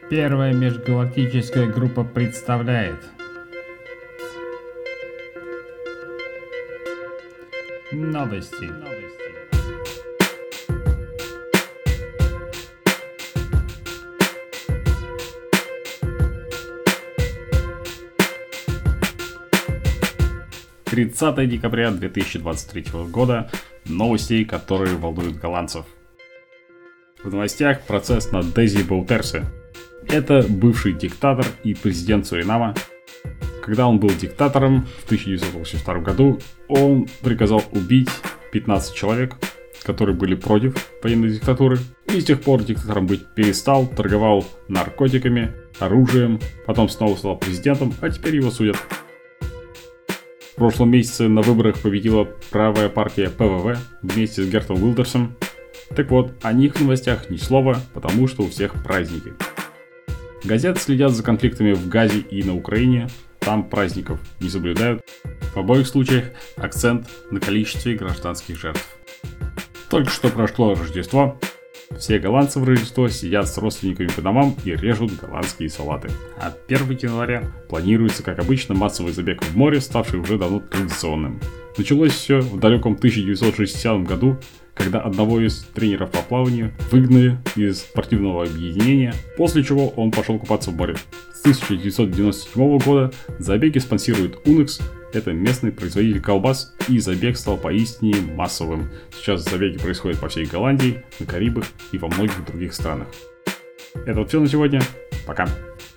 Первая межгалактическая группа представляет новости. 30 декабря 2023 года. Новости, которые волнуют голландцев. В новостях процесс над Дези Баутерсе. Это бывший диктатор и президент Суринама. Когда он был диктатором в 1982 году, он приказал убить 15 человек, которые были против военной диктатуры. И с тех пор диктатором быть перестал, торговал наркотиками, оружием, потом снова стал президентом, а теперь его судят. В прошлом месяце на выборах победила правая партия ПВВ вместе с Гертом Уилдерсом. Так вот, о них в новостях ни слова, потому что у всех праздники. Газеты следят за конфликтами в Газе и на Украине, там праздников не соблюдают. В обоих случаях акцент на количестве гражданских жертв. Только что прошло Рождество. Все голландцы в Рождество сидят с родственниками по домам и режут голландские салаты. А 1 января планируется, как обычно, массовый забег в море, ставший уже давно традиционным. Началось все в далеком 1960 году, когда одного из тренеров по плаванию выгнали из спортивного объединения, после чего он пошел купаться в море. С 1997 года забеги спонсирует Unex, это местный производитель колбас, и забег стал поистине массовым. Сейчас забеги происходят по всей Голландии, на Карибах и во многих других странах. Это вот все на сегодня. Пока.